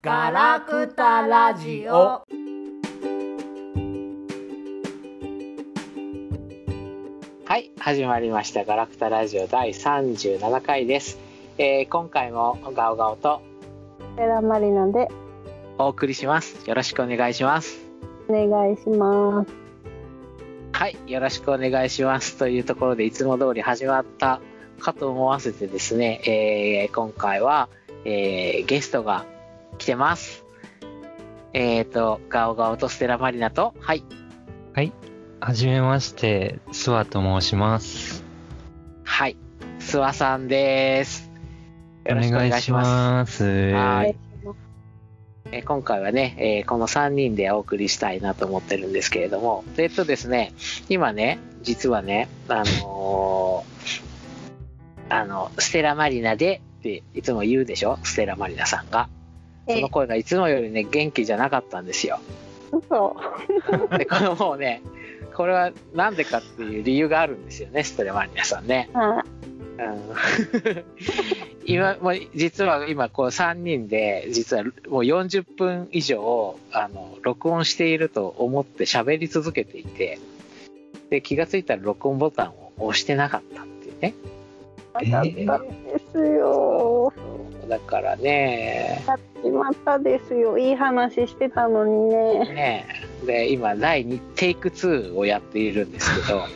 ガラクタラジオ。 はい、始まりましたガラクタラジオ第37回です。今回もガオガオとセラマリナでお送りします。よろしくお願いします。 お願いします。 はい、よろしくお願いしますというところで、いつも通り始まったかと思わせてですね、今回は、ゲストが来てます。ガオガオとステラマリナと、はい、 はじめまして、スワと申します。 はい、スワさんです。 よろしくお願いします。 はい。今回はね、この3人でお送りしたいなと思ってるんですけれども、ですね、今ね、実はね、ステラマリナでっていつも言うでしょ、ステラマリナさんが。その声がいつもよりね、元気じゃなかったんですよ。で、これもうね、これはなんでかっていう理由があるんですよね、ステラマリナさんね。今もう実は今こう3人で実はもう40分以上録音していると思って喋り続けていて、で気がついたら録音ボタンを押してなかったっていうね。 だったんですよ。 だからね。 やっちまったですよ。いい話してたのにね。 ねえ。で今第2テイク2をやっているんですけど。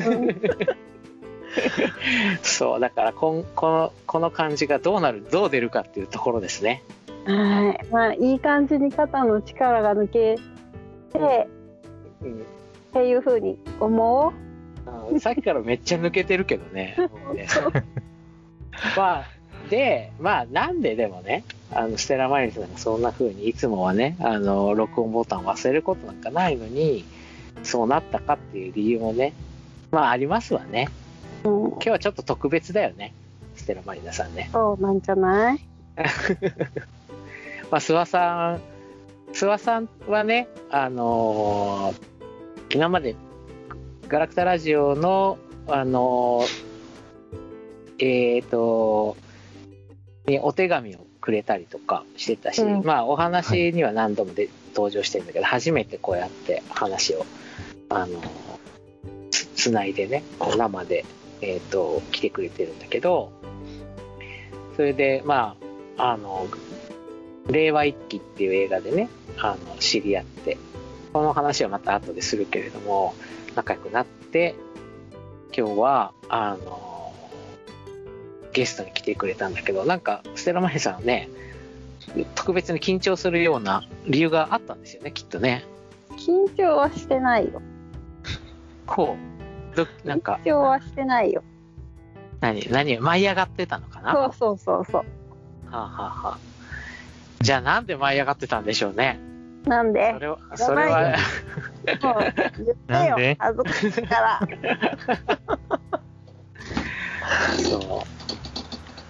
そうだからこの感じがどう出るかっていうところですね。 はい。まあいい感じに肩の力が抜けて、っていう風に思う。 さっきからめっちゃ抜けてるけどね。まあなんででもね、ステラマリナさんがそんな風にいつもはね、録音ボタンを忘れることなんかないのにそうなったかっていう理由もね、まあありますわね。今日はちょっと特別だよね、ステラマリナさんね。 そうなんじゃない？ まあ、諏訪さんはね、今までガラクタラジオのにお手紙をくれたりとかしてたし、まあお話には何度も登場してるんだけど、初めてこうやって話をつないでね、生で来てくれてるんだけど、それでまあ令和一揆っていう映画でね知り合って、この話はまた後でするけれども仲良くなって、今日はゲストに来てくれたんだけど、なんかステラマリナさんね、特別に緊張するような理由があったんですよね、きっとね。 緊張はしてないよ。 なんか緊張はしてないよ。 何舞い上がってたのかな。 そう。 はあ、はあ、じゃあなんで舞い上がってたんでしょうね。 なんでそれは言ってよ、恥ずかしいからそう、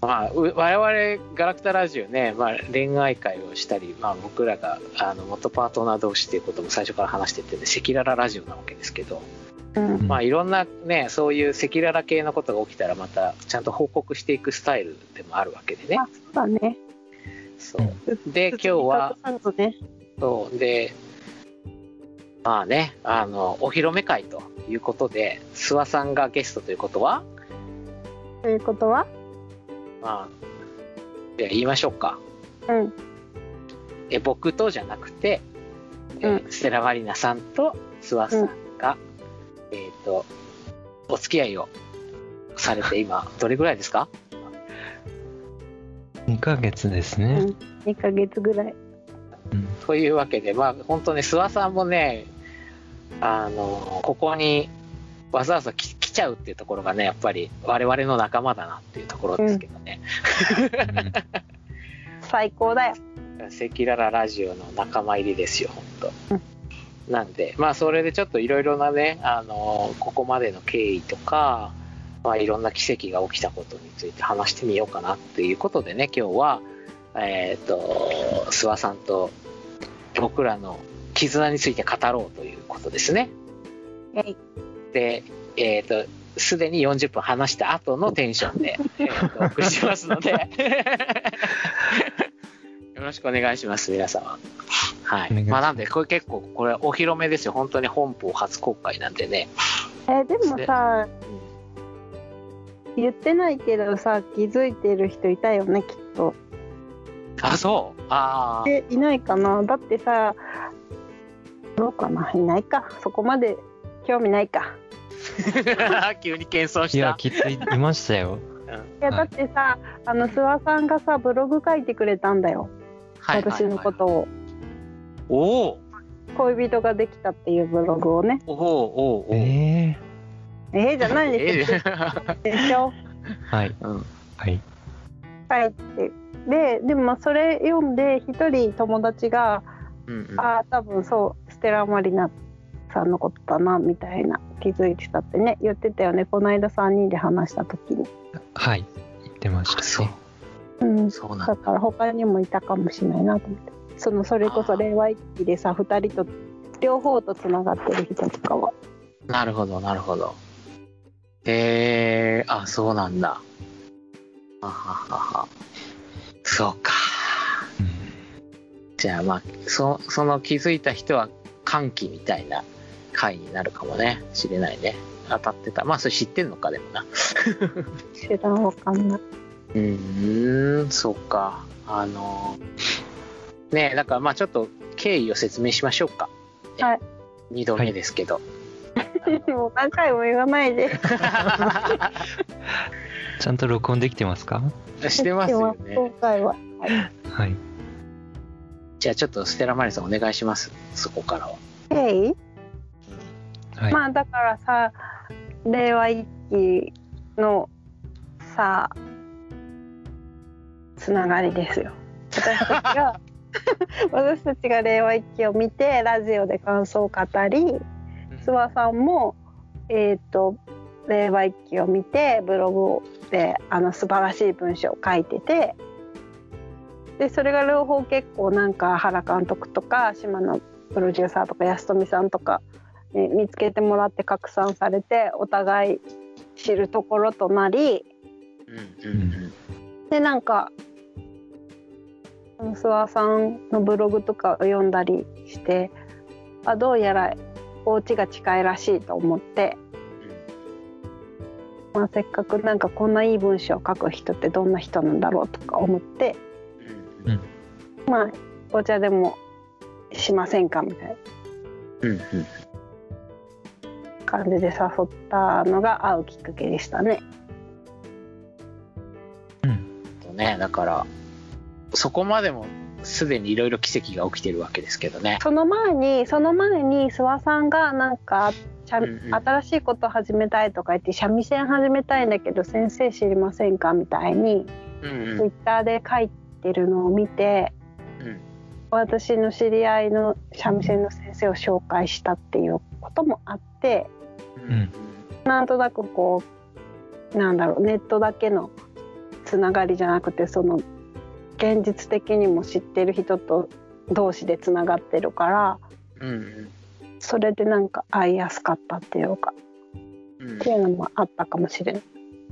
まあ、我々ガラクタラジオね、まあ、恋愛会をしたり、まあ、僕らが元パートナー同士っていうことも最初から話してて、赤裸々ラジオなわけですけど、まあ、いろんなね、そういう赤裸々系のことが起きたらまたちゃんと報告していくスタイルでもあるわけでね。 そうだね。 そうで今日はそうで、まあね、お披露目会ということで、諏訪さんがゲストということはまあじゃあ言いましょうか。僕とじゃなくて、ステラマリナさんと諏訪さんが、お付き合いをされて今どれぐらいですか ？2ヶ月ですね。 2ヶ月ぐらい。 というわけで、まあ本当ね、諏訪さんもね、ここにわざわざ来ちゃうっていうところがね、やっぱり我々の仲間だなっていうところですけどね。 最高だよ。 赤裸々ラジオの仲間入りですよ、本当。なんで、まあそれでちょっといろいろなね、ここまでの経緯とか、まあいろんな奇跡が起きたことについて話してみようかなっていうことでね、今日は諏訪さんと僕らの絆について語ろうということですね。で、すでに40分話した後のテンションで、お送りしますのでよろしくお願いします、皆様。はい。 お願いしますなんで、これ結構、これお披露目ですよ。本当に本邦初公開なんでね。 でもさ、言ってないけどさ、気づいてる人いたよね、きっと。 あ、そう。ああ。 いないかな。だってさ、どうかな、いないか。そこまで興味ないか。 急に謙遜しいや、 た。 きっといましたよ。 いや、だってさ、諏訪さんがさ、ブログ書いてくれたんだよ。 はい私のことを。 おお。 恋人ができたっていうブログをね。 おおお。 じゃないでしょ。でしょ。 はい。 うん。 はい。 書いて。でもそれ読んで、一人友達が、多分そう、ステラマリナさんのことだな、みたいな気づいてたってね、言ってたよね。この間3人で話した時に。 はい。言ってましたね。 そうなんだから他にもいたかもしれないなと思って。それこそ令和一期でさ、2人と両方とつながってる人とかは。 なるほど、なるほど。そうなんだ。そうか。じゃあその気づいた人は歓喜みたいな回になるかもね、しれないね。当たってた。それ知ってんのか、でもな。 知らん、わかんない。 そうか。ねだからちょっと経緯を説明しましょうか。 はい。 2度目ですけど。 もう何回も言わないで。 ちゃんと録音できてますか？ してますよね。 今回は。 はい。 じゃあちょっとステラマリさんお願いします。そこからは。 経緯？ はい。 だからさ、令和一期のさ、つながりですよ。私たちが令和一期を見てラジオで感想を語り、諏訪さんも令和一期を見てブログで素晴らしい文章を書いてて、でそれが両方結構なんか原監督とか島のプロデューサーとか安富さんとか、ね、見つけてもらって拡散されてお互い知るところとなり、でなんか諏訪さんのブログとかを読んだりして、どうやらお家が近いらしいと思って、せっかくなんかこんないい文章を書く人ってどんな人なんだろうとか思って、お茶でもしませんかみたいな感じで誘ったのが会うきっかけでしたね。 だからそこまでもすでにいろいろ奇跡が起きてるわけですけどね。 その前に諏訪さんがなんか新しいこと始めたいとか言って三味線始めたいんだけど先生知りませんかみたいにツイッターで書いてるのを見て、私の知り合いの三味線の先生を紹介したっていうこともあって、なんとなくこうネットだけのつながりじゃなくて、その現実的にも知ってる人と同士でつながってるから、それでなんか会いやすかったっていうか、っていうのもあったかもしれない。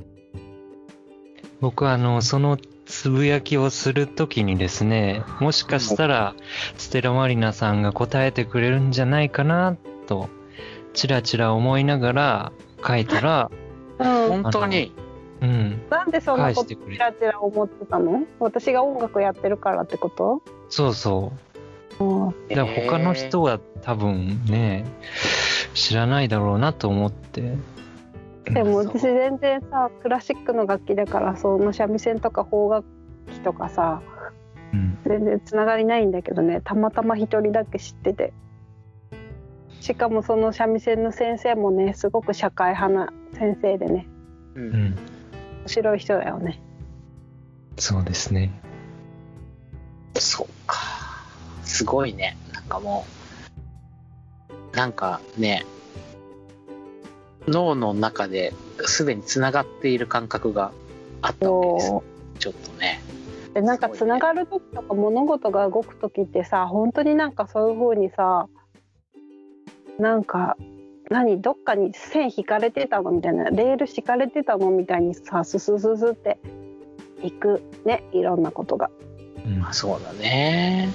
僕はそのつぶやきをするときにですね、もしかしたらステラマリナさんが答えてくれるんじゃないかなとちらちら思いながら書いたら、 本当になんでそんなことチラチラ思ってたの？私が音楽やってるからってこと？ そうそう。だから他の人は多分ね知らないだろうなと思って。 でも私全然さ、クラシックの楽器だから、その三味線とか邦楽器とかさ、全然つながりないんだけどね、たまたま一人だけ知ってて、しかもその三味線の先生もねすごく社会派な先生でね、面白い人だよね。 そうですね。 そうか、すごいね。なんかもうなんかね、脳の中ですでにつながっている感覚があったわけです。ちょっとね。 でなんかつながる時とか物事が動く時ってさ、本当になんかそういう風にさ、なんかどっかに線引かれてたのみたいな、レール敷かれてたのみたいにさ、ススススっていくね、いろんなことが。 まあそうだね。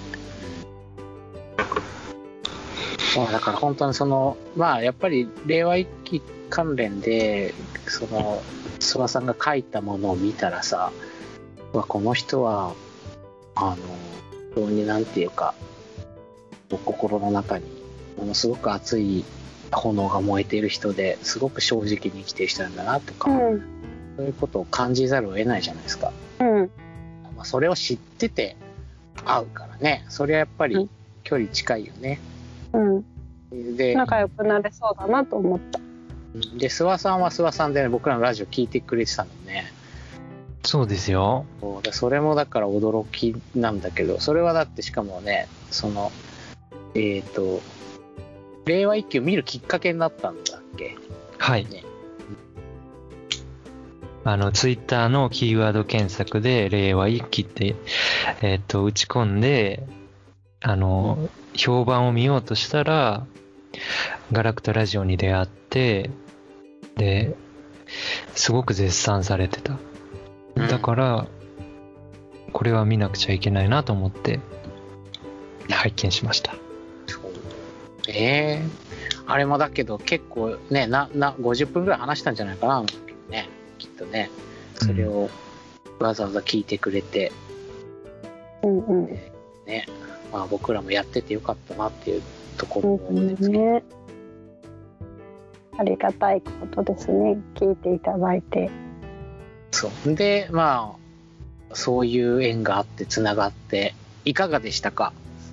まあだから本当にそのまあやっぱり令和一揆関連でその諏訪さんが書いたものを見たらさ、この人は本当になんていうか心の中にものすごく熱い炎が燃えている人ですごく正直に生きてる人なんだなとか、そういうことを感じざるを得ないじゃないですか。まあ、それを知ってて会うからね、それはやっぱり距離近いよね。で仲良くなれそうだなと思った。 で諏訪さんは諏訪さんで、ね、僕らのラジオ聞いてくれてたのね。 そうですよ。 それもだから驚きなんだけど、それはだってしかもね、その令和一揆を見るきっかけになったんだっけ。 はい、ね、ツイッターのキーワード検索で令和一揆って、打ち込んで評判を見ようとしたらガラクタラジオに出会って、ですごく絶賛されてた。だからこれは見なくちゃいけないなと思って拝見しました。 あれもだけど結構ね50分ぐらい話したんじゃないかなね、きっとね。それをわざわざ聞いてくれて、ね、まあ僕らもやっててよかったなっていうところもですけど、ね、 ありがたいことですね、聞いていただいて。 そうでまあそういう縁があってつながっていかがでしたか？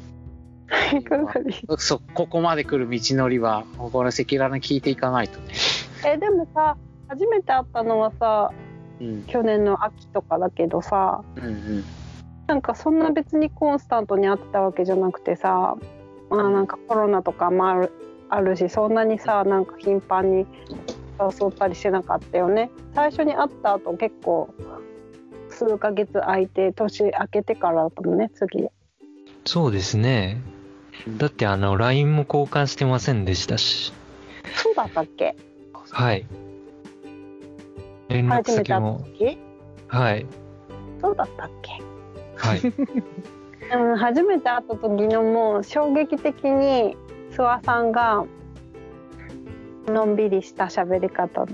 ここまで来る道のりはこれ赤裸々に聞いていかないとね。 でもさ、初めて会ったのはさ、去年の秋とかだけどさ、なんかそんな別にコンスタントに会ってたわけじゃなくてさ、まあなんかコロナとかもあるし、そんなにさなんか頻繁に誘ったりしてなかったよね。最初に会った後結構数ヶ月空いて、年明けてからだったもんね、次。そうですね。 だって LINE も交換してませんでしたし。 そうだったっけ？ はい。連絡先も。はい。 そうだったっけ？ はい。 初めて会った時のもう衝撃的に諏訪さんがのんびりした喋り方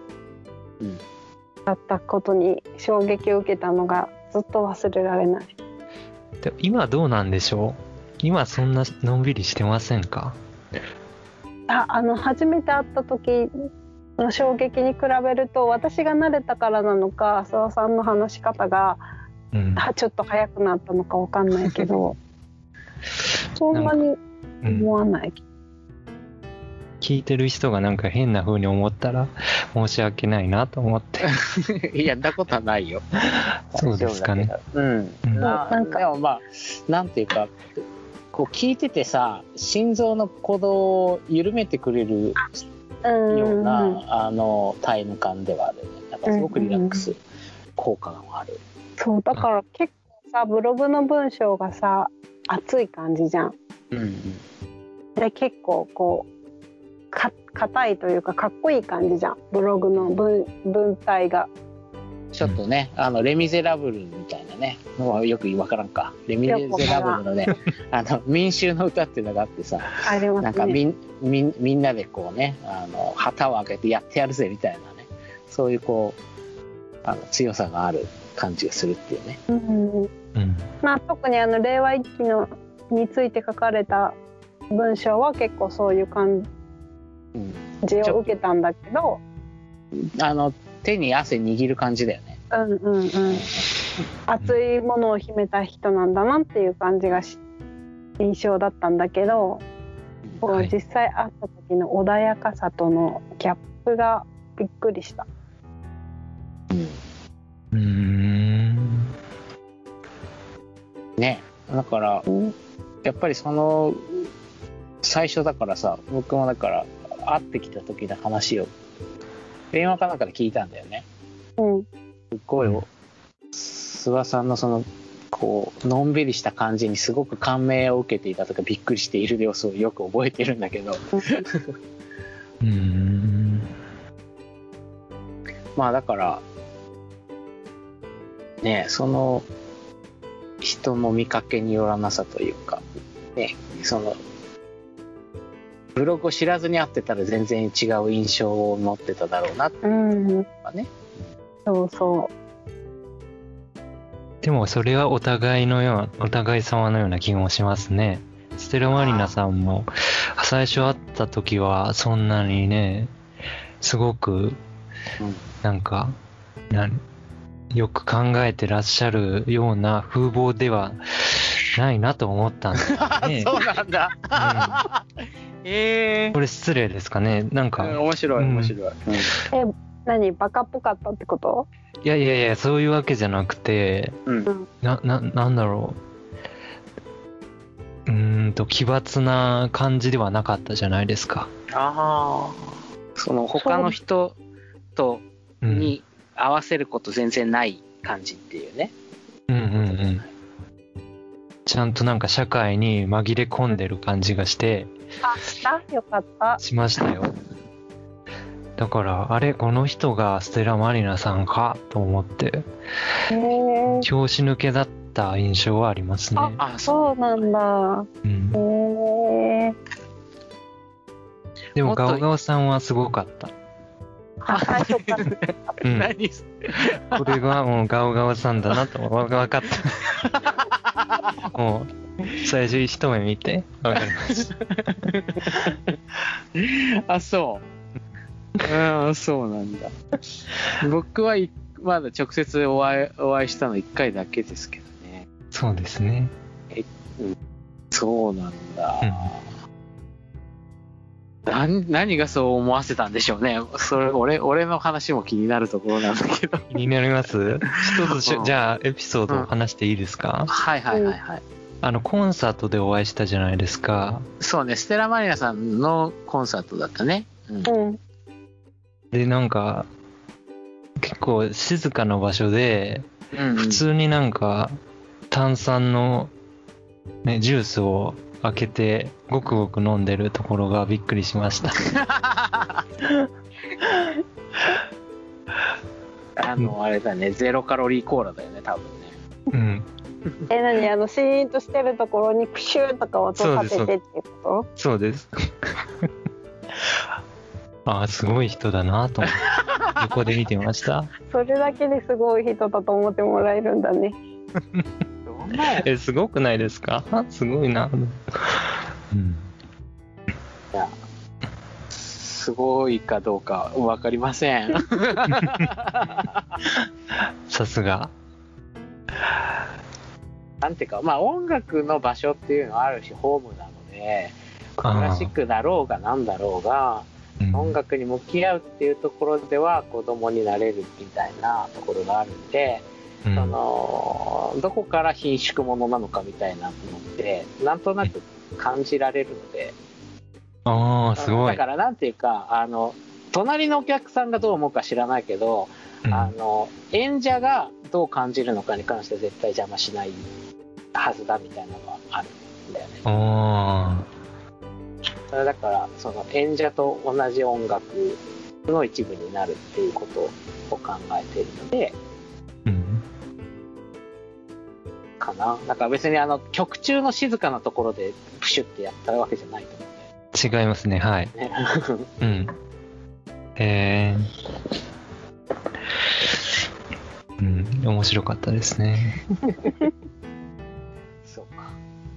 だったことに衝撃を受けたのがずっと忘れられない。 で今どうなんでしょう？今そんなのんびりしてませんか？ 初めて会った時の衝撃に比べると、私が慣れたからなのか諏訪さんの話し方が、ちょっと早くなったのか分かんないけどそんなに思わない。 聞いてる人がなんか変な風に思ったら申し訳ないなと思っていや、んなことはないよ。 そうですかね。 なんかでもまあなんていうか、こう聞いててさ、心臓の鼓動を緩めてくれるようなタイム感ではあるね。なんかすごくリラックス効果がある。 そうだから結構さ、ブログの文章がさ熱い感じじゃん。で結構こう硬いというかかっこいい感じじゃん、ブログの文体が。 ちょっとね、レ・ミゼラブルみたいなね、よく分からんか、レ・ミゼラブルのね民衆の歌っていうのがあってさ、 ありますね、 なんかみんなでこうね、旗を上げてやってやるぜみたいなね、そういうこう強さがある感じがするっていうね。まあ特に令和一揆について書かれた文章は結構そういう感じを受けたんだけど、手に汗握る感じだよね。熱いものを秘めた人なんだなっていう感じが印象だったんだけど、実際会った時の穏やかさとのギャップがびっくりした。ね、だからやっぱりその最初だからさ、僕もだから会ってきた時の話を電話かなんかで聞いたんだよね。すっごい諏訪さんのそのこうのんびりした感じにすごく感銘を受けていたとかびっくりしている様子をよく覚えてるんだけどまあだからね、その人の見かけによらなさというかね、そのブログを知らずに会ってたら全然違う印象を持ってただろうなっていうのがね、 そうそう。 でもそれはお互い様のような気もしますね。ステラマリナさんも最初会った時はそんなにね、すごくなんかよく考えてらっしゃるような風貌ではないなと思ったんですよね。 そうなんだ。 これ失礼ですかね。なんか、 面白い面白い。 何バカっぽかったってこと？ いやそういうわけじゃなくて、なんだろう。奇抜な感じではなかったじゃないですか。 ああ、その他の人とに合わせること全然ない感じっていうね。 ちゃんとなんか社会に紛れ込んでる感じがして。 よかった。 しましたよ。だからこの人がステラマリナさんかと思って拍子抜けだった印象はありますね。 そうなんだ。 でもガオガオさんはすごかった。 何これがもうガオガオさんだなと分かった。もう最初一目見て分かりました。 そうなんだ。僕はまだ直接お会いしたの1回だけですけどね。 そうですね。 そうなんだ。何がそう思わせたんでしょうね。それ俺の話も気になるところなんだけど。 気になります？一つじゃあエピソードを話していいですか？ はい。 コンサートでお会いしたじゃないですか。 そうね、ステラマリナさんのコンサートだったね。 でなんか結構静かな場所で、普通になんか炭酸の、ね、ジュースを開けてごくごく飲んでるところがびっくりしました。 あれだね、ゼロカロリーコーラだよね、多分ね。 何シーンとしてるところにプシューとか音立ててっていうこと？ そうです。すごい人だなと思って横で見てました。 それだけですごい人だと思ってもらえるんだね。 すごくないですか？すごいな。 いや、すごいかどうか分かりません。 さすが。 なんていうか、音楽の場所っていうのはある種ホームなので、クラシックだろうがなんだろうが、音楽に向き合うっていうところでは子供になれるみたいなところがあるんで、どこから貧縮物なのかみたいなのってなんとなく感じられるので、 すごい。 だからなんていうか、隣のお客さんがどう思うか知らないけど、演者がどう感じるのかに関しては絶対邪魔しないはずだみたいなのがあるんだよね。それだからその演者と同じ音楽の一部になるっていうことを考えているので、かな。だから別に曲中の静かなところでプシュってやったわけじゃないと思うね。違いますね、はい。面白かったですね。 そうか。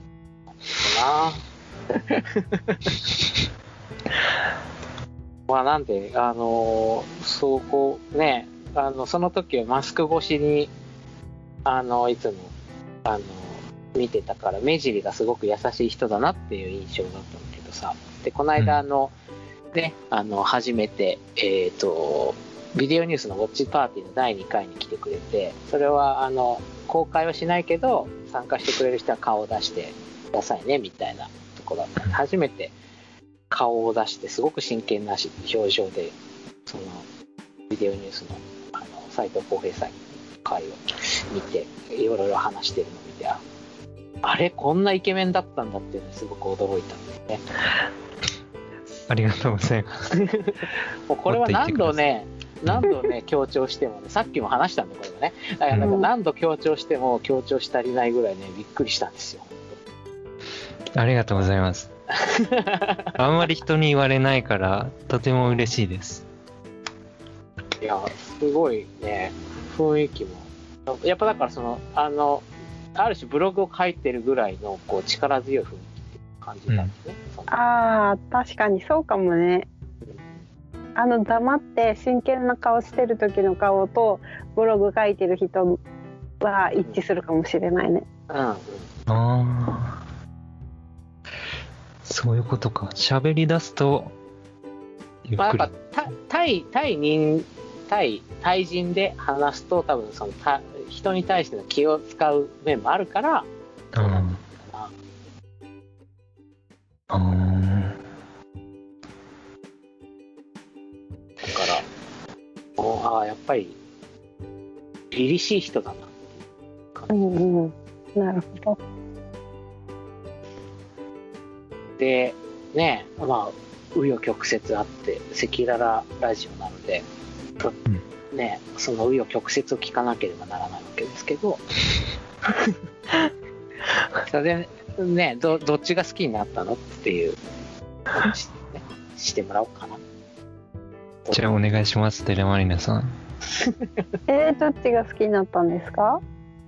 なんでそこね、その時はマスク越しにいつも見てたから目尻がすごく優しい人だなっていう印象だったんだけどさ。でこの間初めてビデオニュースのウォッチパーティーの第2回に来てくれて、それは公開はしないけど参加してくれる人は顔を出してくださいねみたいなところだったんで、初めて顔を出してすごく真剣な表情でそのビデオニュースの斉藤浩平さんの回を見ていろいろ話してるのを見て、あれこんなイケメンだったんだっていうのにすごく驚いたんですね。 ありがとうございます。 もうこれは何度ね何度ね強調してもね、さっきも話したんだこれもね、なんか何度強調しても強調し足りないぐらいねびっくりしたんですよ。 ありがとうございます。あんまり人に言われないからとても嬉しいです。 いやすごいね、雰囲気もやっぱだからそのある種ブログを書いてるぐらいのこう力強い雰囲気っていう感じなんですね。 ああ確かにそうかもね。黙って真剣な顔してる時の顔とブログ書いてる人は一致するかもしれないね。 ああ、そういうことか。喋り出すとゆっくり。 やっぱ対人で話すと多分その人に対しての気を使う面もあるから。だからやっぱり凛々しい人だなっていう感じ。なるほど。 でね、まあ紆余曲折あって赤裸々ラジオなのでね、その紆余曲折を聞かなければならないわけですけどそれでね、どっちが好きになったのっていう話、ね、してもらおうかな。 じゃあお願いします、テレマリナさん。 どっちが好きになったんですか？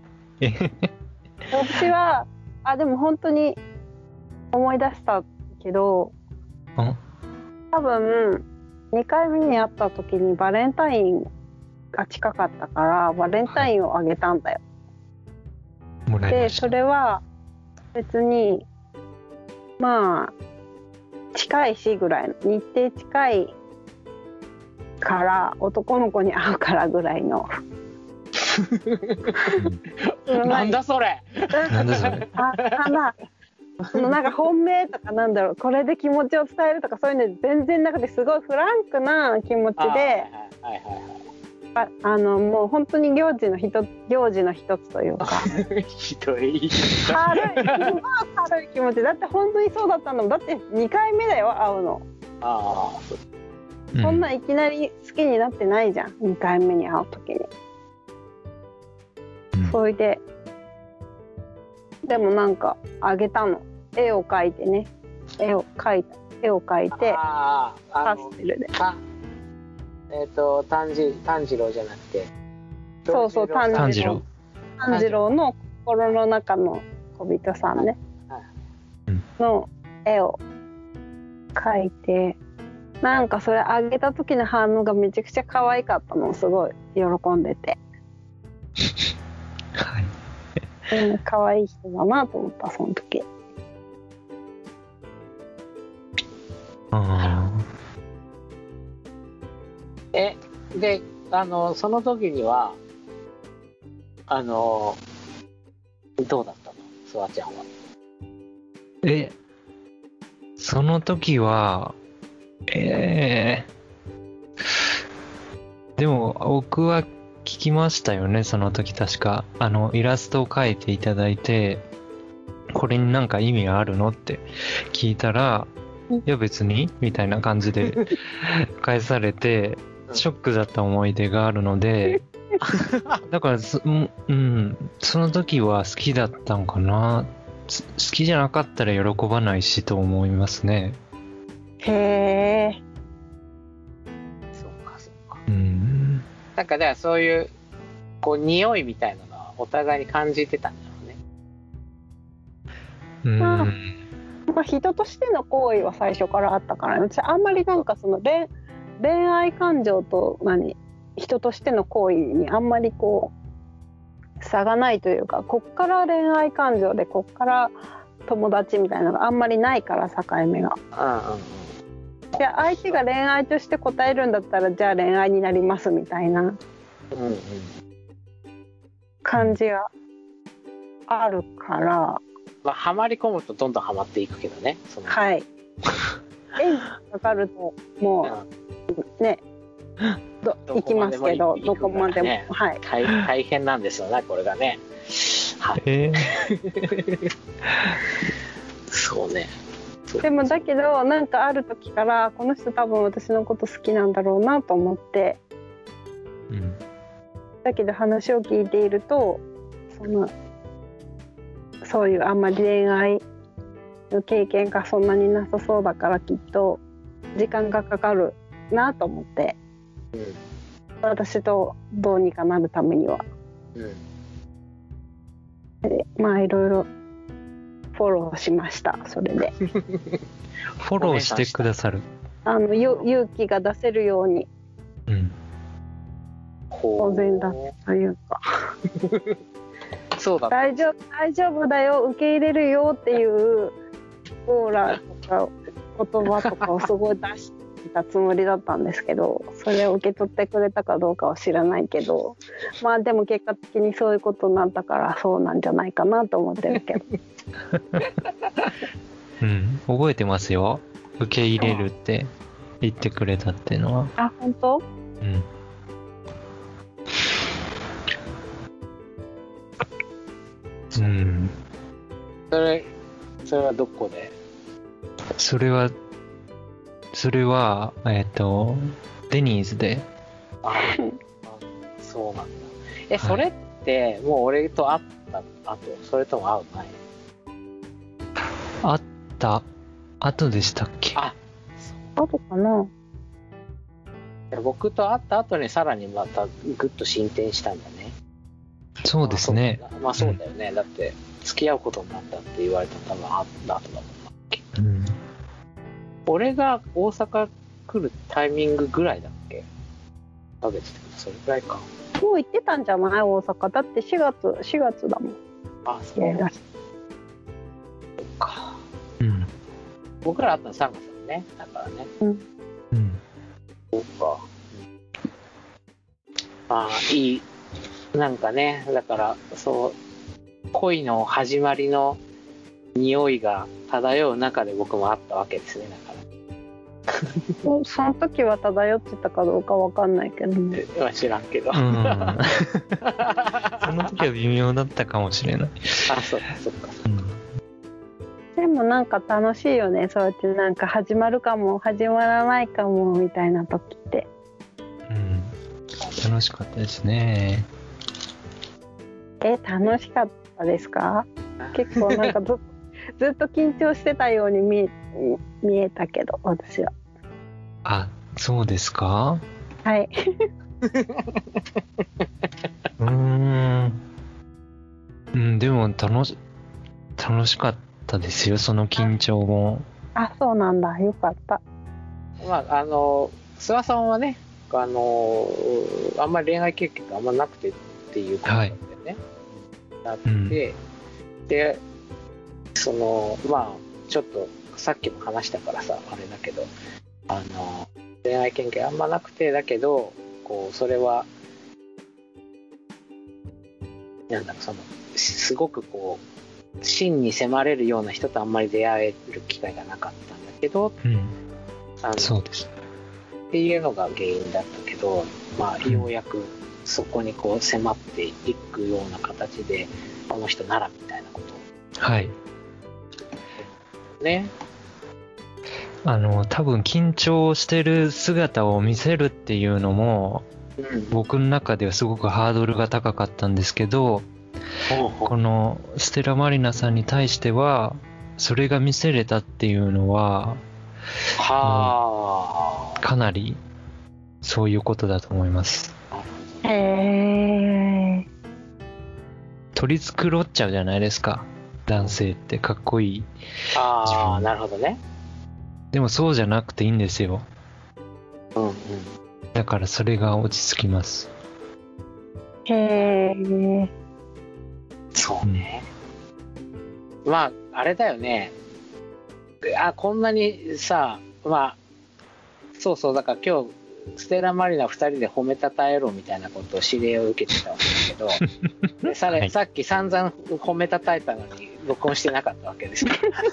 私はでも本当に思い出したけど、多分2回目に会った時にバレンタインが近かったからバレンタインをあげたんだよ。でそれは別にまあ近いしぐらいの日程近いから男の子に会うからぐらいのなんだそれなんだそれなんか本命とかなんだろう、これで気持ちを伝えるとかそういうの全然なくて、すごいフランクな気持ちでもう本当に行事の一つというかひどい軽い気持ちだって本当にそうだったんだもん。だって2回目だよ会うの。そんないきなり好きになってないじゃん、2回目に会う時に。それでもなんかあげたの、絵を描いてね、絵を描いてパステルで炭治郎じゃなくて、 そう炭治郎の心の中の小人さんね、の絵を描いて、なんかそれあげた時の反応がめちゃくちゃ可愛かったの、すごい喜んでてはい、 可愛い人だなと思った、その時。 でその時にはどうだったの、スワちゃんは。 その時はでも僕は聞きましたよね、その時。確かイラストを描いていただいて、これになんか意味があるのって聞いたら、いや別にみたいな感じで返されてショックだった思い出があるのでだからその時は好きだったんかな。好きじゃなかったら喜ばないしと思いますね。 へえ。 そうか。なんかだからそういうこう匂いみたいなのはお互いに感じてたんだろうね。 まあ、人としての行為は最初からあったから、私あんまりなんかその恋愛感情と人としての行為にあんまりこう差がないというか、こっから恋愛感情でこっから友達みたいなのがあんまりないから、境目が。いや相手が恋愛として答えるんだったらじゃあ恋愛になりますみたいな感じがあるから、 ハマり込むとどんどんハマっていくけどね。 はい。縁がかかるともうね、行きますけど、どこまでも、はい。 大変なんですよね、これがね。はい。そうね。 でもだけどなんかある時からこの人多分私のこと好きなんだろうなと思って、 だけど話を聞いているとそういうあんまり恋愛の経験がそんなになさそうだからきっと時間がかかるなと思って、私とどうにかなるためには、まあいろいろフォローしました。それでフォローしてくださる、 勇気が出せるように、当然だというかそうだ、 大丈夫だよ、受け入れるよっていうオーラとか言葉とかをすごい出してたつもりだったんですけど、それを受け取ってくれたかどうかは知らないけど、まあでも結果的にそういうことになったからそうなんじゃないかなと思ってるけど覚えてますよ。受け入れるって言ってくれたっていうのは。 あ、本当？ それはどこで？ それはデニーズで。 そうなんだ。それってもう俺と会った後、それとも会う前？ 会った後でしたっけ？ 後かな。 僕と会った後にさらにまたぐっと進展したんだね。 そうですね。 まあそうだよね。だって付き合うことになったって言われたのは多分後だもんな。俺が大阪来るタイミングぐらいだっけ？1ヶ月ってそれぐらいか。 もう行ってたんじゃない？大阪だって4月だもん。 あ、そうだ。そっか。僕ら会ったの3月だね。だからね。そうか。いい。なんかね、だからそう恋の始まりの匂いが漂う中で僕もあったわけですね。だからその時は漂ってたかどうかわかんないけどね。 知らんけどその時は微妙だったかもしれない。 そっか、 でもなんか楽しいよね。そうやってなんか始まるかも始まらないかもみたいな時って。 楽しかったですね。 楽しかったですか？結構なんかずっと緊張してたように見えたけど、私は。 あ、そうですか？ はい。 でも楽しかったですよ、その緊張も。 あ、そうなんだ。よかった。 まあ諏訪さんはね、あんまり恋愛経験があんまなくてっていうことなんだよね。なって、でまあちょっとさっきも話したからさあれだけど、恋愛経験あんまなくて、だけどこうそれはなんだろう、すごくこう真に迫れるような人とあんまり出会える機会がなかったんだけど、 そうですっていうのが原因だったけど、まあようやくそこにこう迫っていくような形でこの人ならみたいなことはいね。 多分緊張してる姿を見せるっていうのも、僕の中ではすごくハードルが高かったんですけど、このステラマリナさんに対してはそれが見せれたっていうのは、かなりそういうことだと思います。取り繕っちゃうじゃないですか、男性ってかっこいい。 なるほどね。 でもそうじゃなくていいんですよ。だからそれが落ち着きます。 そうね。まああれだよね。こんなにさ、まあそうだから今日ステラマリナ2人で褒めたたえろみたいなことを指令を受けてたわけだけどさっき散々褒めたたえたのに録音してなかったわけです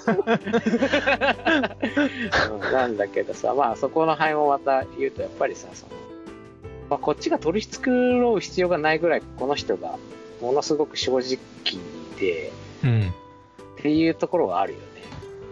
なんだけどさ、まあそこの範囲をまた言うとやっぱりさ、こっちが取り繕う必要がないぐらいこの人がものすごく正直で、っていうところがあるよね。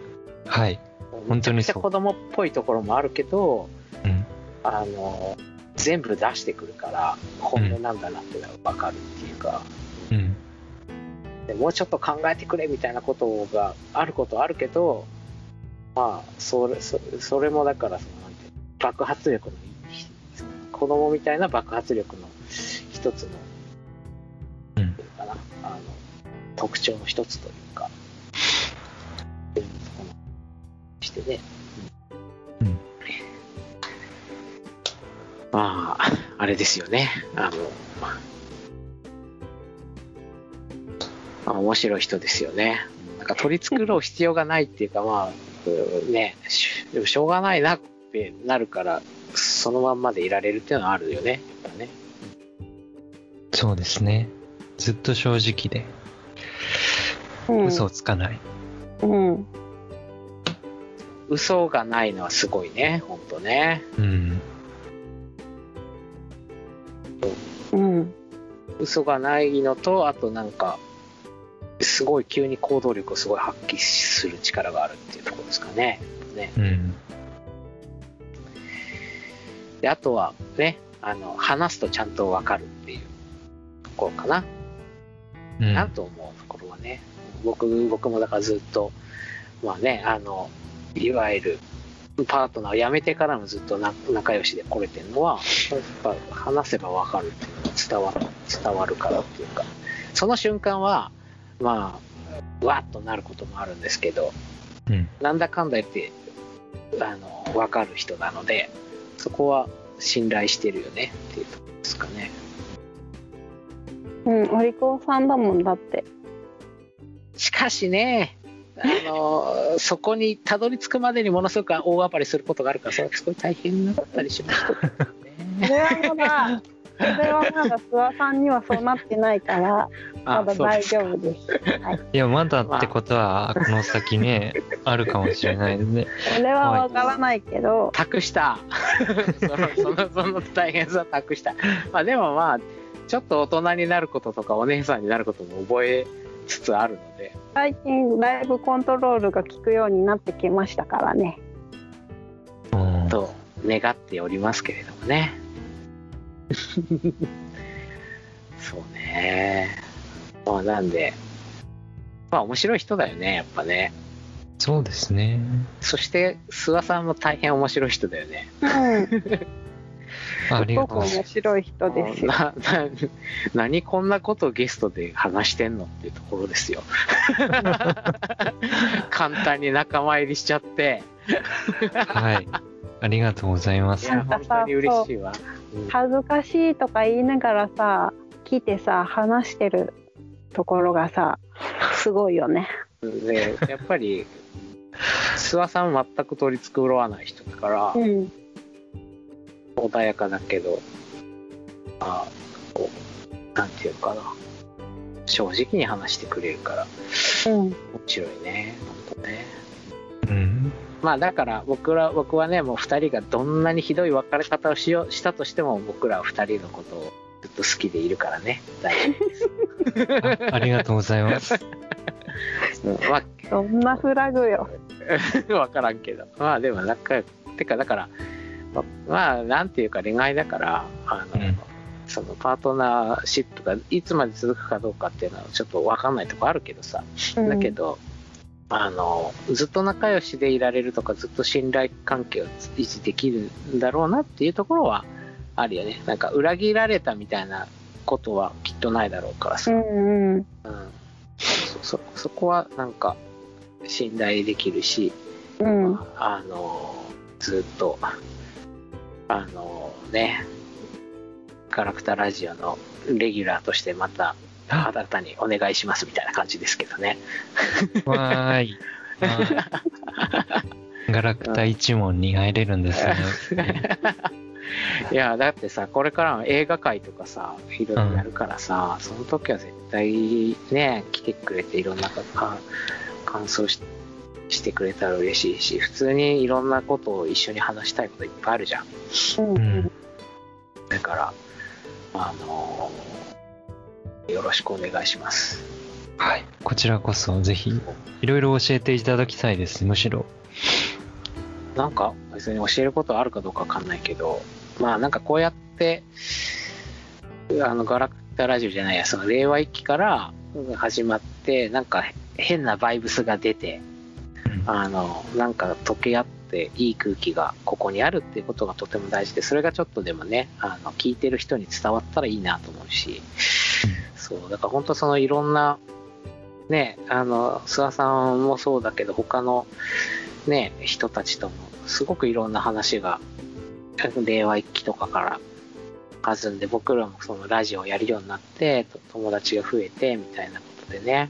はい、本当にそう。 めちゃくちゃ子供っぽいところもあるけど、 全部出してくるから本音なんだなっていうのが分かるっていうか、 うん。 でもうちょっと考えてくれみたいなことがあることあるけど、まあそれもだからなんて爆発力の子供みたいな爆発力の一つの、 うん、 っていうかな、特徴の一つというか、してね、 うん、 まああれですよね、面白い人ですよね。なんか取り繕う必要がないっていうか、まあね、でもしょうがないなってなるからそのまんまでいられるっていうのはあるよね、やっぱね。 そうですね。ずっと正直で、嘘をつかない。 うん。 嘘がないのはすごいね、ほんとね。 うん。 うん。 嘘がないのと、あとなんかすごい急に行動力をすごい発揮する力があるっていうところですかね。 うん。 で、あとはね、話すとちゃんと分かるっていうところかな。 うん、 なんと思うところはね、僕もだからずっとまあね、いわゆるパートナーを辞めてからもずっと仲良しで来れてるのは、やっぱ話せば分かるっていうのが伝わるからっていうか、その瞬間はまあわっとなることもあるんですけど、 うん、 なんだかんだ言って分かる人なので、そこは信頼してるよねっていうところですかね。 うん、お利口さんだもんだって。 しかしね、そこにたどり着くまでにものすごく大暴れすることがあるから、それはすごい大変だったりしましたね。 それはまだ諏訪さんにはそうなってないからまだ大丈夫です。はい、 いや、まだってことはこの先ねあるかもしれないですね。 それはわからないけど、 託したその大変さ託した。まあでもまあちょっと大人になることとかお姉さんになることも覚えつつあるので、 最近だいぶコントロールが効くようになってきましたからね。 と願っておりますけれどもね。そうね。まあなんで、まあ面白い人だよね、やっぱね。 そうですね。 そして諏訪さんも大変面白い人だよね。 うん。 ありがとうございます。 すごく面白い人ですよ。 何こんなことゲストで話してんのっていうところですよ。簡単に仲間入りしちゃって。 はい。ありがとうございます。 いや本当に嬉しいわ。 恥ずかしいとか言いながらさ、来てさ話してるところがさすごいよね。 でやっぱり諏訪さんは全く取り繕わない人だから、うん、穏やかだけど、こうなんていうかな、正直に話してくれるから、うん、面白いね、本当ね。 うん。 まあだから僕はね、もう2人がどんなにひどい別れ方をしたとしても、僕らは2人のことをずっと好きでいるからね、大丈夫です。 ありがとうございます。 まあ、 そんなフラグよ。 分からんけど、まあでもだからまあなんていうか恋愛だから、そのパートナーシップがいつまで続くかどうかっていうのはちょっと分かんないとこあるけどさ、だけどずっと仲良しでいられるとか、ずっと信頼関係を維持できるんだろうなっていうところはあるよね。なんか裏切られたみたいなことはきっとないだろうからさ、そこはなんか信頼できるし、ずっとね、ガラクタラジオのレギュラーとしてまた新たにお願いしますみたいな感じですけどね。 わーい。ガラクタ一門に入れるんですね。 いやだってさ、これからの映画界とかさ、いろいろやるからさ、その時は絶対ね来てくれて、いろんな感想してくれたら嬉しいし、普通にいろんなことを一緒に話したいこといっぱいあるじゃん。だからよろしくお願いします。 はい、こちらこそぜひいろいろ教えていただきたいです。むしろなんか別に教えることあるかどうかわかんないけど、 まあなんかこうやってガラクタラジオじゃないや、その令和一期から始まってなんか変なバイブスが出て、なんか溶け合っていい空気がここにあるっていうことがとても大事で、それがちょっとでもね聞いてる人に伝わったらいいなと思うし、そうだから本当そのいろんなね、諏訪さんもそうだけど他のね人たちともすごくいろんな話が令和一期とかから弾んで、僕らもそのラジオをやるようになって友達が増えてみたいなことでね、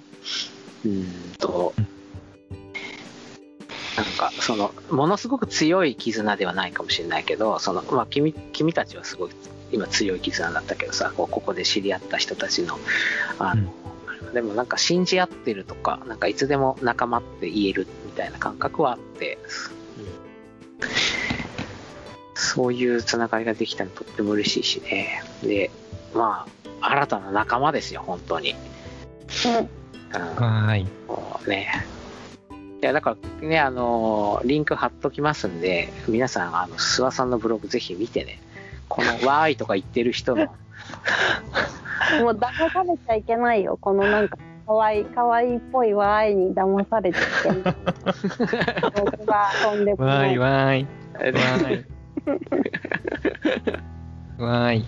なんかそのものすごく強い絆ではないかもしれないけど、そのまあ君たちはすごい今強い絆だったけどさ、ここで知り合った人たちのでもなんか信じ合ってるとか、なんかいつでも仲間って言えるみたいな感覚はあって、そういうつながりができたのとっても嬉しいしね。で、まあ新たな仲間ですよ本当に。 はい。 ね。いやだからねリンク貼っときますんで、皆さん諏訪さんのブログぜひ見てね。このわーいとか言ってる人の。 もう騙されちゃいけないよ。このなんかかわいいっぽいわーいに騙されちゃいけない。僕が飛んでもない。 わーい。わーい。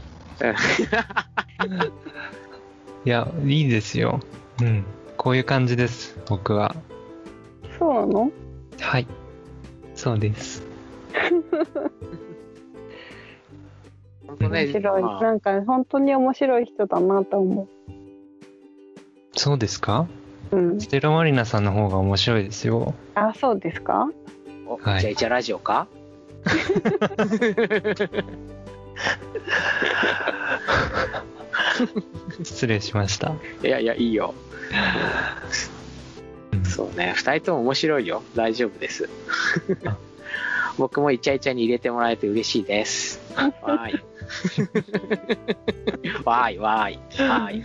いや、いいですよ。こういう感じです、僕は。 そうなの？ はい。そうです。 面白い。なんか本当に面白い人だなと思う。 そうですか？ステラマリナさんの方が面白いですよ。 あ、そうですか？ はい、じゃあイチャラジオか？ 失礼しました。 いやいいよ。そうね、2人とも面白いよ。大丈夫です。僕もイチャイチャに入れてもらえて嬉しいです。わーい。わーい。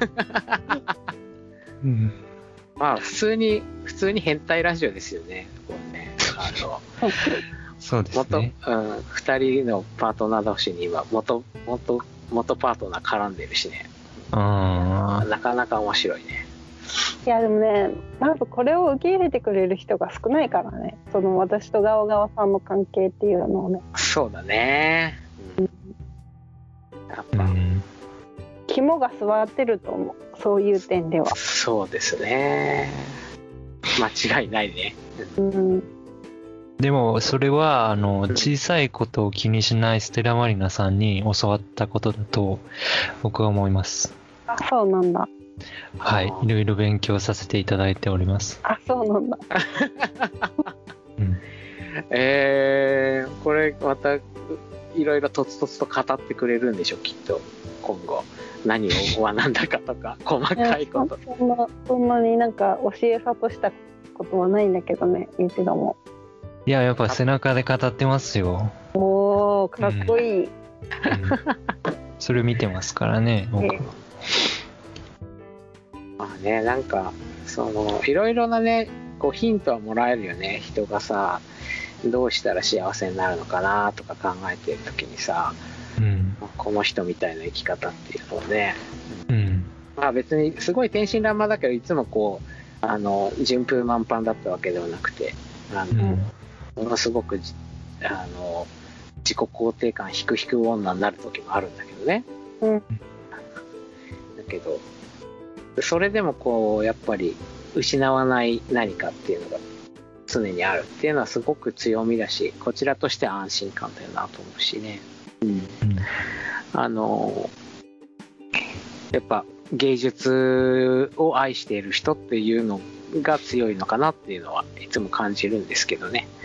まあ普通に変態ラジオですよね。こうねそうですね。 2人のパートナー同士に今元パートナー絡んでるしね。なかなか面白いね。 いやでもね、まずこれを受け入れてくれる人が少ないからね。その私とガオガオさんの関係っていうのをね。 そうだね。やっぱ肝が据わってると思う。そういう点では。 そうですね。間違いないね。 でもそれは小さいことを気にしないステラマリナさんに教わったことだと僕は思います。 あ、そうなんだ。 はい、いろいろ勉強させていただいております。 あ、そうなんだ。 これまたいろいろとつとつと語ってくれるんでしょきっと今後何を学んだかとか細かいこと。 そんなになんか教え諭したことはないんだけどね、いつでも。 いや、やっぱ背中で語ってますよ。 おー、かっこいい。 それ見てますからね、僕は。 まあね、なんかそのいろいろなねこうヒントはもらえるよね。人がさどうしたら幸せになるのかなとか考えてる時にさ、この人みたいな生き方っていうのをね、まあ別にすごい天真爛漫だけどいつもこう順風満帆だったわけではなくてものすごく自己肯定感低々女になる時もあるんだけどね。だけどそれでもこうやっぱり失わない何かっていうのが常にあるっていうのはすごく強みだし、こちらとしては安心感だよなと思うしね。やっぱ芸術を愛している人っていうのが強いのかなっていうのはいつも感じるんですけどね。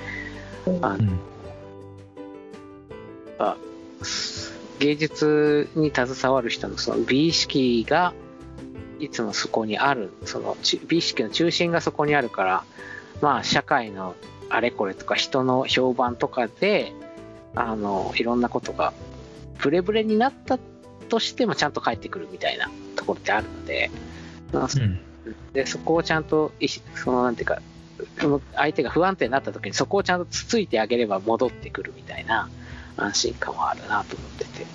芸術に携わる人のその美意識がいつもそこにある、その美意識の中心がそこにあるから、まあ社会のあれこれとか人の評判とかでいろんなことがブレブレになったとしてもちゃんと返ってくるみたいなところってあるので、でそこをちゃんとそのなんていうか相手が不安定になった時にそこをちゃんとつついてあげれば戻ってくるみたいな安心感はあるなと思ってて。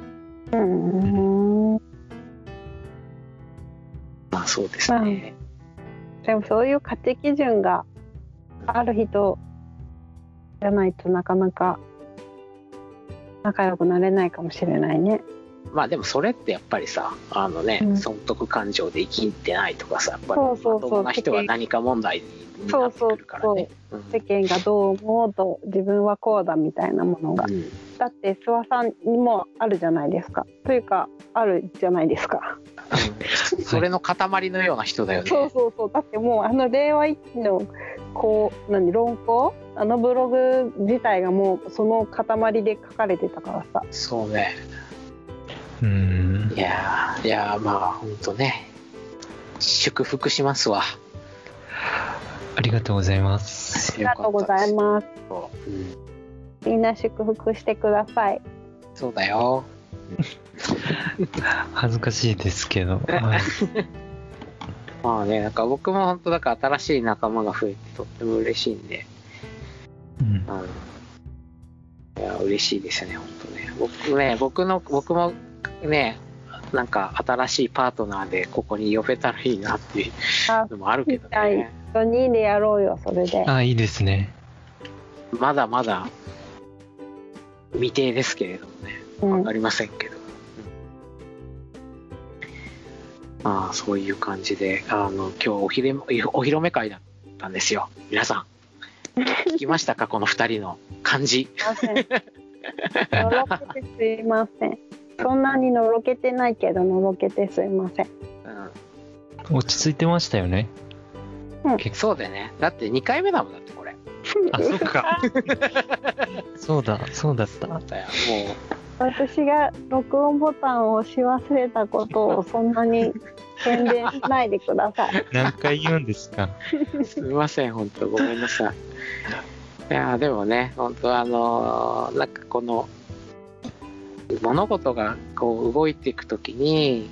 まあそうですね。 でもそういう価値基準がある人じゃないとなかなか仲良くなれないかもしれないね。 まあでもそれってやっぱりさ、損得感情で生きてないとかさ、やっぱりまともな人は何か問題になってくるからね。 世間がどう思うと自分はこうだみたいなものが、だって諏訪さんにもあるじゃないですか。というかあるじゃないですか。 それの塊のような人だよね。 だってもう令和一期の論考、ブログ自体がもうその塊で書かれてたからさ。 そうね。いやまあ本当ね、祝福しますわ。 ありがとうございます。 ありがとうございます。みんな祝福してください。 そうだよ。 恥ずかしいですけど。 まあね、なんか僕も本当だから新しい仲間が増えてとっても嬉しいんで、いや嬉しいですよね、本当ね。僕もね、なんか新しいパートナーでここに呼べたらいいなっていうのもあるけどね。 4人でやろうよ、それで。 いいですね。 まだまだ未定ですけれどもね、わかりませんけど。そういう感じで、今日お披露目会だったんですよ。皆さん聞きましたか、この2人の感じ。 のろけてすいません。そんなにのろけてないけどのろけてすいません。 落ち着いてましたよね。 そうだよね。だって2回目だもん、だってこれ。 そっか。そうだった。 もう私が録音ボタンを押し忘れたことをそんなに宣伝しないでください。 何回言うんですか。 すみません、本当ごめんなさい。いやでもね、本当なんかこの物事がこう動いていくときに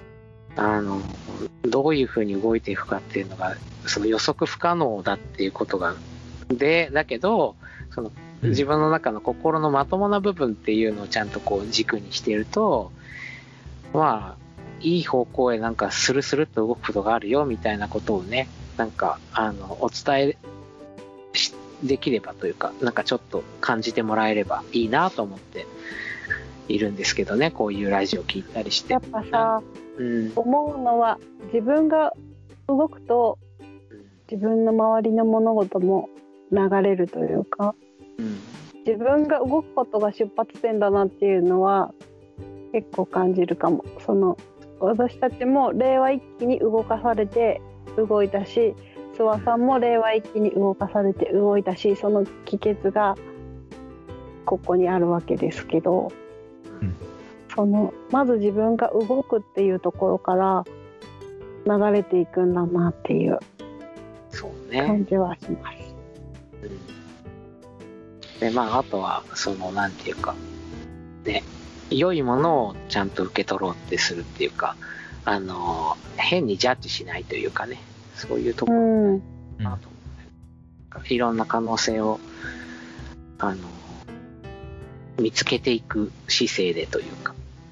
どういうふうに動いていくかっていうのがその予測不可能だっていうことがだけどその自分の中の心のまともな部分っていうのをちゃんとこう軸にしていると、まあいい方向へなんかスルスルっと動くことがあるよみたいなことをね、なんかお伝えできればというか、なんかちょっと感じてもらえればいいなと思っているんですけどね、こういうラジオ聞いたりして。 やっぱさ、思うのは自分が動くと自分の周りの物事も流れるというか、自分が動くことが出発点だなっていうのは結構感じるかも。私たちも令和一気に動かされて動いたし、諏訪さんも令和一気に動かされて動いたし、その帰結がここにあるわけですけど、まず自分が動くっていうところから流れていくんだなっていう感じはします。 であとはなんていうかね、良いものをちゃんと受け取ろうってするっていうか、変にジャッジしないというかね、そういうところなと思う。いろんな可能性を見つけていく姿勢でというか、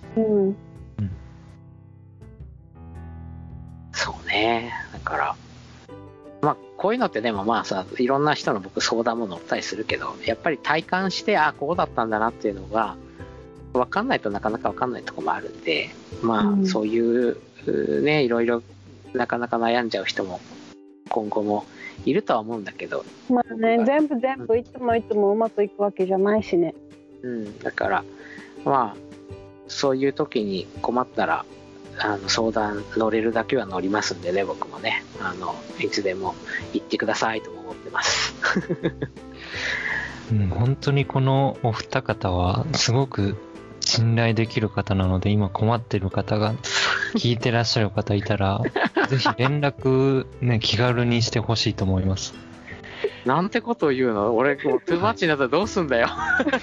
そうね。だからこういうのってでもさ、いろんな人の僕相談も乗ったりするけど、やっぱり体感してこうだったんだなっていうのが分かんないとなかなか分かんないところもあるんで、そういうね、いろいろなかなか悩んじゃう人も今後もいるとは思うんだけど、 全部いつもうまくいくわけじゃないしね。 だからそういう時に困ったら相談乗れるだけは乗りますんでね、僕もねいつでも言ってくださいとも思ってます本当にこのお二方はすごく信頼できる方なので、今困ってる方が聞いてらっしゃる方いたらぜひ連絡ね、気軽にしてほしいと思います。 なんてことを言うの、俺もうトゥーマッチになったらどうすんだよ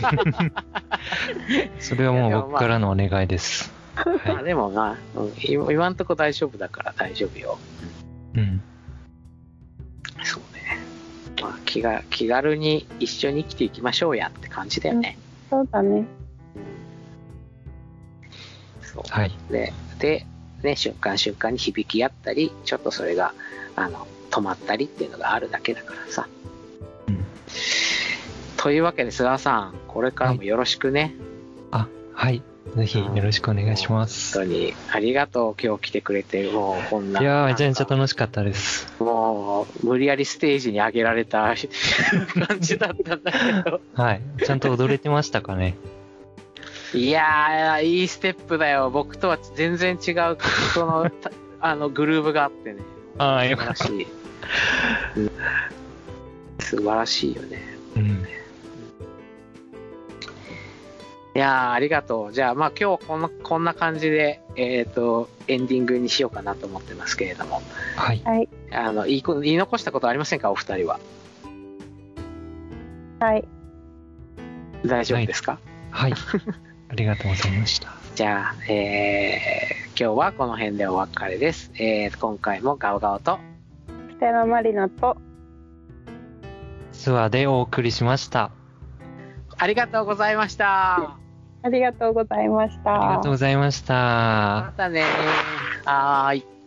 それはもう僕からのお願いです。 でも今んとこ大丈夫だから大丈夫よ。そうね。気軽に一緒に生きていきましょうやって感じだよね。 そうだね。 そう。 はい。 で、ね、瞬間瞬間に響き合ったり、ちょっとそれが、止まったりっていうのがあるだけだからさ。 うん。 というわけで、菅田さん、これからもよろしくね。 あ、はい。ぜひよろしくお願いします。 本当に、ありがとう、今日来てくれて、もうこんな。 いやー、めちゃめちゃ楽しかったです。 もう、無理やりステージに上げられた感じだったんだけど。 はい。ちゃんと踊れてましたかね。 いやー、いいステップだよ。僕とは全然違う、その、グルーヴがあってね。 ああ、 素晴らしい。素晴らしいよね。 うん。 いやー、ありがとう。じゃあ、まあ今日こんな感じで、エンディングにしようかなと思ってますけれども。 はい。 言い残したことありませんか、お二人は。 はい。 大丈夫ですか？ はい。ありがとうございました。 じゃあ、今日はこの辺でお別れです。今回もガオガオとステラマリナとツアーでお送りしました。 ありがとうございました。 ありがとうございました。 ありがとうございました。 またね。はーい。